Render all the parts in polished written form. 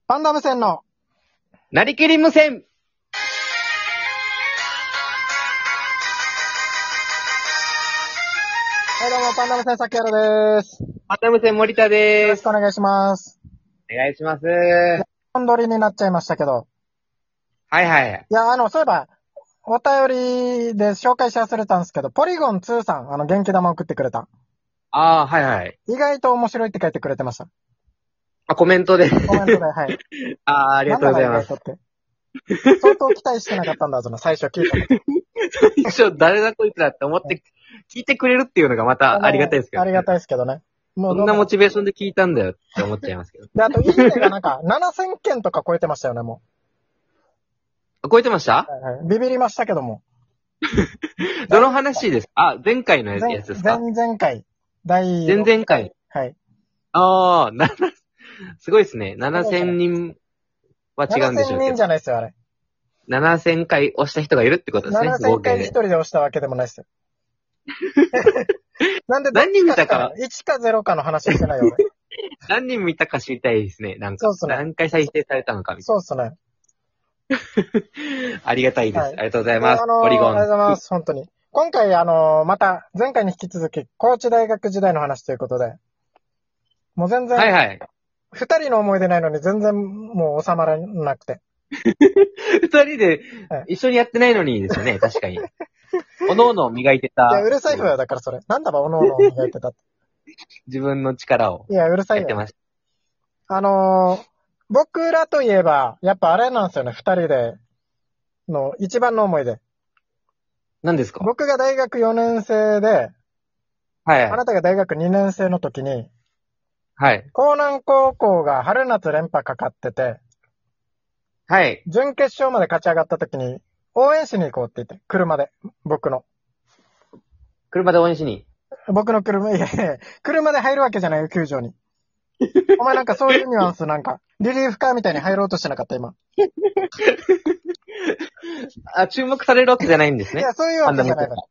パンダム線のなりきり無線。 はいどうも、パンダム線崎原です。 パンダ無線森田よろです。 しくお願いします。 お願いします。 本撮りになっちゃいましたけど。 はいはい。 いや、そういえば、お便りで紹介し忘れたんですけど、ポリゴン2さん、元気玉送ってくれた。 ああ、はいはい。 意外と面白いって書いてくれてました。 あ、コメントで。 コメントで、はい。 ありがとうございます。 なんだか意外とって。相当期待してなかったんだぞな、最初聞いたの。 最初、誰だこいつだって思って、聞いてくれるっていうのがまたありがたいですけど、 ありがたいですけどね。もうどんなモチベーションで聞いたんだよって思っちゃいますけど。 で、あと、いいねがなんか、7000件とか超えてましたよね、も超えてましう。 たはいはい。ビビりましたけども。 どの話ですか？あ、前回のやつですか？ 前々回。前 々回。 はい。 ああ、すごいですね。7000人は違うんでしょう 7000人けど。 じゃないですよ、あれ。 7000回押した人がいるってことですね。 7000 合計で。 回一人で押したわけでもないですよ。なんで、 何人見たか 1か0かの話してないよ、俺。 何人見たか知りたいですね。なんか、 そうっすね何回再生されたのかみたそうっすね。 いな。ありがたいです。 はいありがとうございます。ポリゴン。 ありがとうございます、本当に。今回、また、前回に引き続き、高知大学時代の話ということで、もう全然、 はいはい。 二人の思い出ないのに全然もう収まらなくて。 二人で一緒にやってないのにですよね、確かに。おのおの磨いてた。 いや、うるさいわよ、だからそれ。なんだば、おのおの磨いてたって。 自分の力をいや、うるさいよ。 やってました。 僕らといえば、やっぱあれなんですよね、二人での一番の思い出。 何ですか？ 僕が大学4年生で、 はいはい。 あなたが大学2年生の時に、 はい。 江南高校が春夏連覇かかってて、 はい。 準決勝まで勝ち上がった時に、応援しに行こうって言って、車で。僕の車で応援しに。 車、いやいや車で入るわけじゃないよ、球場に。お前なんかそういうニュアンスなんか、リリーフカーみたいに入ろうとしてなかった、今。 あ、注目されるわけじゃないんですね。 いや、そういうわけじゃないから。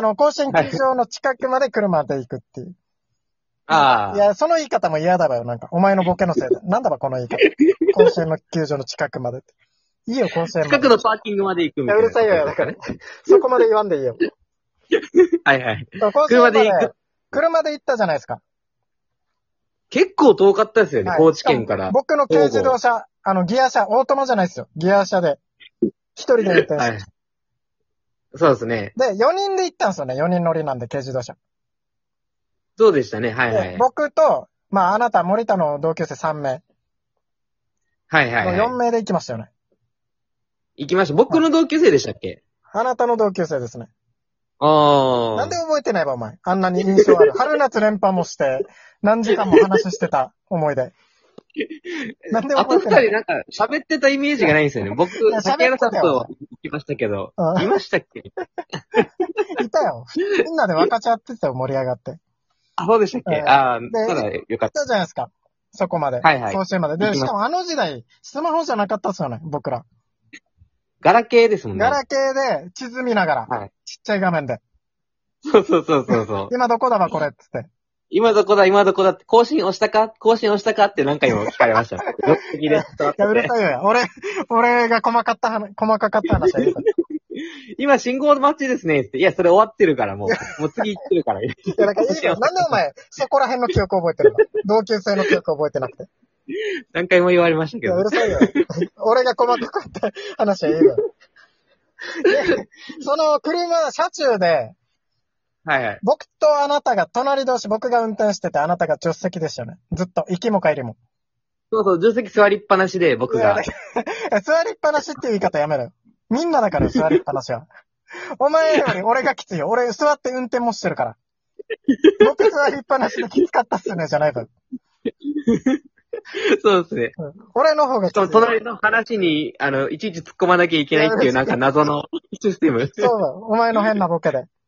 甲子園球場の近くまで車で行くっていう。 ああ。 いや、その言い方も嫌だわよ、なんか。お前のボケのせいで。なんだば、この言い方。甲子園の球場の近くまでって。いいよ、甲子園まで。 近くのパーキングまで行くみたいな。 うるさいよ、だから。そこまで言わんでいいよ。 はいはい。 甲子園まで、車で行ったじゃないですか。 結構遠かったですよね、 はい高知県から。 僕の軽自動車、ギア車、オートマじゃないですよ。ギア車で。一人で運転して。 はい。そうですね。 で、4人で行ったんですよね。4人乗りなんで、軽自動車。 そうでしたね、はいはで、 い。 僕と、まあ、あなた、森田の同級生3名。 はいはい、はい。 4名で行きましたよね。 行きました。僕の同級生でしたっけ？ あなたの同級生ですね。 ああ。 なんで覚えてないば、お前。あんなに印象ある。春夏連覇もして、何時間も話してた思い出。なんであと二覚えてない人なんか喋ってたイメージがないんですよね。僕、 や竹原さん喋ってたよと行きましたけどう、んいましたっけ？ いたよ。みんなで分かち合ってたよ、盛り上がって。 あ、そうでしたっけ？ああ、ただよかっ行ったじゃないですか。そこまで。 はいはい甲子園まで。で、 行きましかもあの時代、スマホじゃなかったっすよね、僕ら。 た。ガラケーですもんね。 ガラケーで地図見ながら、 はい。 ちっちゃい画面で。 そうそうそうそうそう。 今どこだば、これっつって。 今どこだ、今どこだって、更新押したか更新押したかって何回も聞かれました。6席で伝わっいや、うるてて。 さいよや。俺が細かかった話はいいから。 今信号待ちですねって。いや、それ終わってるからもう次行ってるから。 いや、だからいいよ。なんでお前、そこら辺の記憶覚えてるの？同級生の記憶覚えてなくて。 何回も言われましたいや、うけど。 るさいよ。俺が細かかった話はいいよ。で、その車中で、 はいはい。 僕とあなたが隣同士、僕が運転しててあなたが助手席でしたよね。ずっと、行きも帰りも。 そうそう、助手席座りっぱなしで僕が。 座りっぱなしっていう言い方やめろよ。みんなだから座りっぱなしは。お前より俺がきついよ。俺座って運転もしてるから。僕座りっぱなしできつかったっすね、じゃない分。 そうですね。 俺の方がきつい。 隣の話に、いちいち突っ込まなきゃいけないっていうなんか謎のシステム。 そうだ、お前の変なボケで。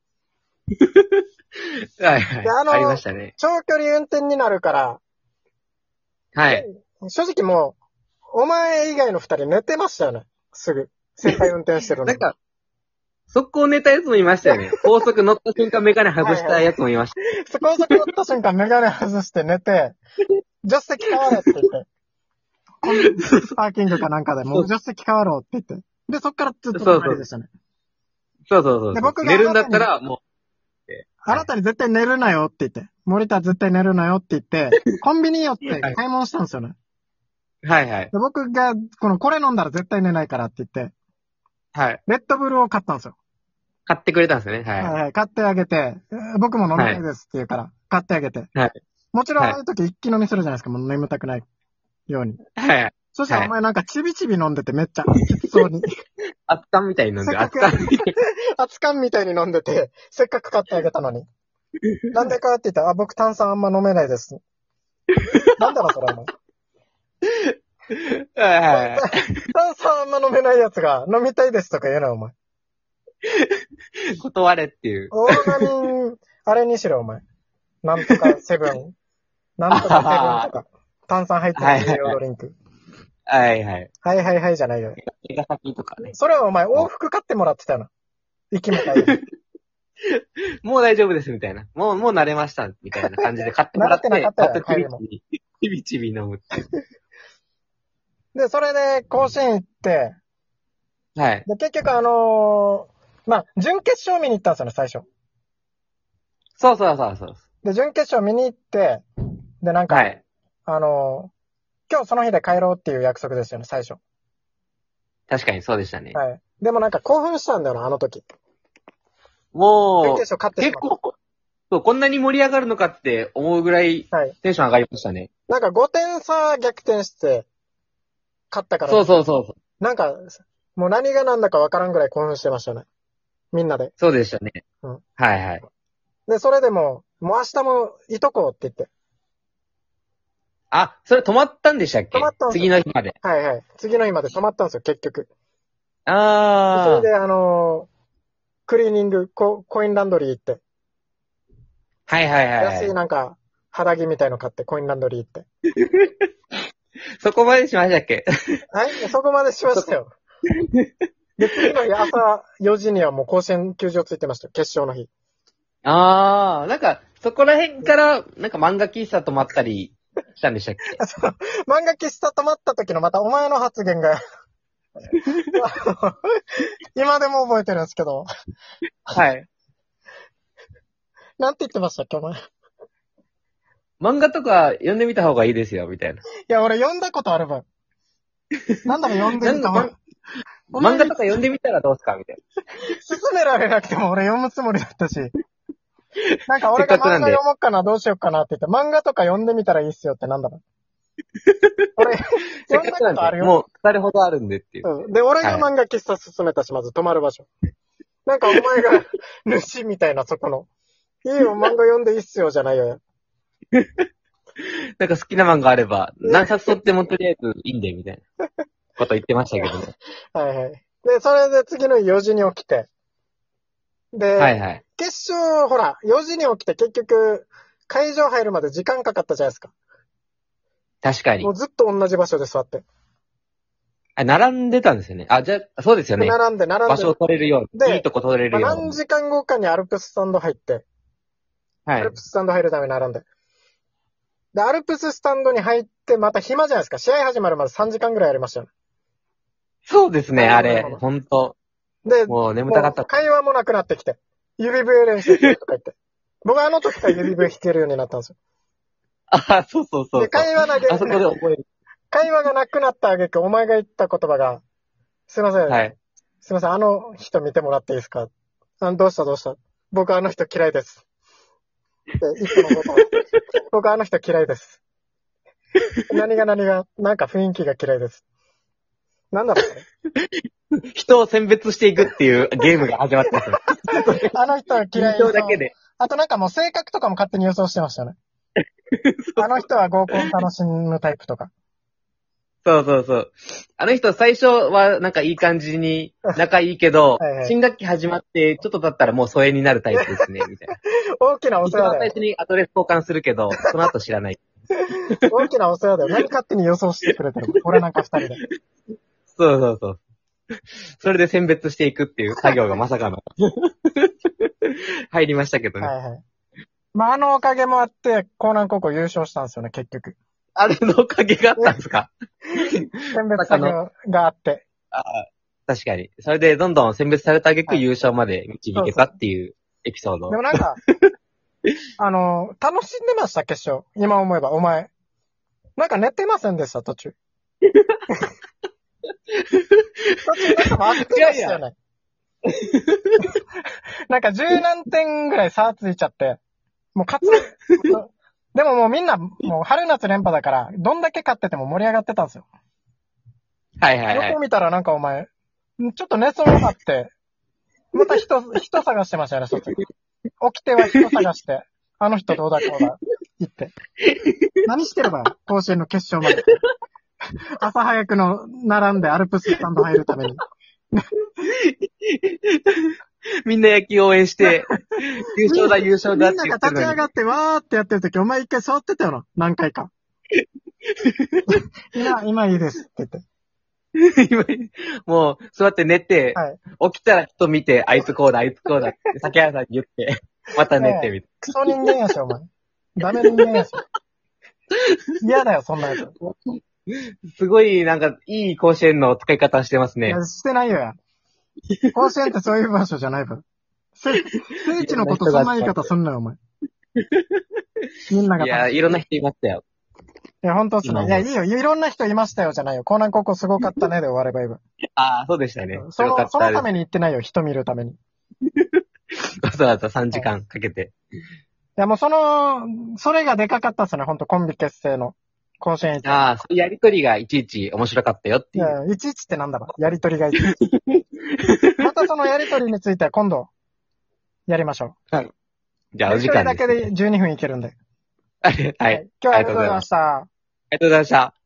はいはい。 でありましたね。 長距離運転になるから、 はい。 正直もう、お前以外の二人寝てましたよね。すぐ。先輩運転してるの。 なんか、速攻寝たやつもいましたよね。高速乗った瞬間メガネ外したやつもいました。 高速乗った瞬間メガネ外して寝て、助手席変われって言って。 パーキングかなんかで、もう助手席変わろうって言って。で、そっからずっと隣でしたね。 そうそうそう。 で、僕が寝るんだったら、もあなたに絶対寝るなよって言って。森田絶対寝るなよって言って、コンビニ寄って買い物したんですよね。 はいはい。 で、僕が、これ飲んだら絶対寝ないからって言って、 はい。 レッドブルを買ったんですよ。 買ってくれたんですね。はい。 はいはい。買ってあげて、僕も飲みたいですって言うから、買ってあげて。 はい。 もちろんああいう時一気飲みするじゃないですか、もう眠たくないように。 はい。 そしたらお前なんかちびちび飲んでてめっちゃきつそうに。 熱燗みたいに飲んで、熱燗みたいに。 熱燗みたいに飲んでて、せっかく買ってあげたのに。なんでかって言ったら、僕炭酸あんま飲めないです。なんだろそれお前。 はいはい。 炭酸あんま飲めないやつが飲みたいですとか言うなお前。 断れっていう。 オーガニン、あれにしろお前。なんとかセブン。なんとかセブンとか。炭酸入ってる栄養ドリンク。 はいはい。 はいはいはいじゃないよ。 手が先とかね。 それはお前往復買ってもらってたよな。行きも帰り。 もう大丈夫ですみたいな。もう慣れましたみたいな感じで買ってもらって、 慣れてなかったよまたちびちび飲むっていう。 で、それで甲子園行って、 はい。 で、結局まあ、準決勝見に行ったんですよね、最初。 そうそうそうそう。 で、準決勝見に行って、で、なんか、 はい。 今日その日で帰ろうっていう約束ですよね、最初。 確かにそうでしたね。 はい。でもなんか興奮したんだよな、あの時。 もう、 準決勝勝ってしまっ結構、そう、こんなに盛り上がるのかって思うぐらいた。はい。 テンション上がりましたね。 なんか5点差逆転して、勝ったから、 そうそうそう。 なんか、もう何が何だかわからんぐらい興奮してましたね。みんなで。 そうでしたね。 うん。 はいはい。 で、それでも明日もいとこうって言って。 あ、それ止まったんでしたっけ？ 止まったんですよ。 次の日まで。 はいはい。次の日まで止まったんですよ、結局。 あー。 それでクリーニング、コインランドリー行って。 はいはいはい、 安いなんか、肌着みたいの買ってコインランドリー行って。 そこまでしましたっけ？ はい、そこまでしましたよ。で、次の日朝4時にはもう甲子園球場ついてましたよ、決勝の日。 あー、なんか、そこら辺から、なんか漫画喫茶泊まったりしたんでしたっけ？ そう漫画喫茶泊まった時のまたお前の発言が今でも覚えてるんですけど。 はい。 なんて言ってましたっけ、お前。い漫画とか読んでみた方がいいですよ、みたいな。 や、俺読んだことある分。なんだろ、読んでみた分。 漫画とか読んでみたらどうすかみたいな。 勧められなくても俺読むつもりだったし。なんか俺が漫画読もうかな、どうしようかなって言って、漫画とか読んでみたらいいっすよってなんだろう。俺、読んだことあるよ。 もう、腐るほどあるんでっていう。 うん。で、俺が漫画喫茶勧めたし、まず泊まる場所。なんかお前が主みたいな、そこの。いいよ、漫画読んでいいっすよ、じゃないよ。 なんか好きな漫画あれば、何冊取ってもとりあえずいいんで、みたいなこと言ってましたけどね。 はいはい。で、それで次の4時に起きて。で、 はいはい。 決勝、ほら、4時に起きて結局、会場入るまで時間かかったじゃないですか。 確かにもう。ずっと同じ場所で座って。 あ、並んでたんですよね。あ、じゃあ、そうですよね。 並んで。 場所を取れるように。 でいいとこ取れるように。 何時間後かにアルプススタンド入って、 はいアル。プススタンド入るために並んで。で、アルプススタンドに入って、また暇じゃないですか。試合始まるまで3時間ぐらいやりましたよね。 そうですね、あれなるほど。 ほんと。 で、 もう眠たかったもう。会話もなくなってきて。指笛練習するとか言って。僕あの時から指笛弾けるようになったんですよ。 あ、そうそうそうそう。 で、会話あそこで覚える。 会話がなくなった挙句、お前が言った言葉が、すいません。 はい。 すいません、あの人見てもらっていいですか？どうした僕あの人嫌いです。で、一個のこと。僕あの人嫌いです。何が、なんか雰囲気が嫌いです。なんだろうね。 人を選別していくっていうゲームが始まったんですよ。 あの人は嫌い印象だけで。 あとなんかもう性格とかも勝手に予想してましたよね。あの人は合コン楽しむタイプとか。 そうそうそう。あの人最初はなんかいい感じに仲いいけど、 はいはい新学期始まってちょっと経ったらもう疎遠になるタイプですね、みたいな。 大きなお一世話だよ。 番最初にアドレス交換するけど、その後知らない。 大きなお世話だよ。何勝手に予想してくれてるの？俺なんか二人で。 そうそうそう。それで選別していくっていう作業がまさかの入りましたけどね。 はいはい。まあ、あのおかげもあって、江南高校優勝したんですよね、結局。 あれのおかげがあったんですか？ 選別作業があって。 あ確かに。それでどんどん選別された挙句はい優勝まで導けたっていうエピソード。 でもなんか、楽しんでました、決勝。今思えば、お前。なんか寝てませんでした、途中。途中なんか待ってましたよね。なんか十何点ぐらい差ついちゃって、もう勝つ。でももうみんな、もう春夏連覇だから、どんだけ勝ってても盛り上がってたんですよ。 はいはいはい。 横見たらなんかお前、ちょっと寝そうになって、また人探してましたよね、そっち。起きては人探して、あの人どうだこうだ、言って。何してるばよ、甲子園の決勝まで。朝早くの並んでアルプススタンド入るために。 みんな野球応援して、優勝だ優勝だってみんなが言ってるのに。 立ち上がってわーってやってるとき、お前一回座ってたよな、何回か。今いいですって言って。 今もう、座って寝て、 はい。 起きたら人見て、あいつこうだ、あいつこうだって、竹原さんに言って、また寝て、みたいクソ人間やし、お前。ダメ人間やし。嫌だよ、そんなやつ。 な。すごい、なんか、いい甲子園の使い方してますね。 いや、してないよや。甲子園ってそういう場所じゃない分。聖地のことそんな言い方すんなよ、お前。みんなが。 いや、いろんな人いましたよ。 いや、ほんとっすね。いや、いいよ。いろんな人いましたよ、じゃないよ。江南高校すごかったねで終わればいい分。 ああ、そうでしたね。 そよかったです。 のために行ってないよ、人見るために。 わざわざ3時間かけて。 いや、もうそれがでかかったっすね、ほんとコンビ結成の。甲子園行って。 ああ、そういうやりとりがいちいち面白かったよっていう。 いや、いちいちってなんだろ。やりとりがいちいち。またそのやりとりについては今度、やりましょう。 じゃあ、お時間です。 やりとりだけで12分いけるんで。 はい。 今日はありがとうございました。 ありがとうございました。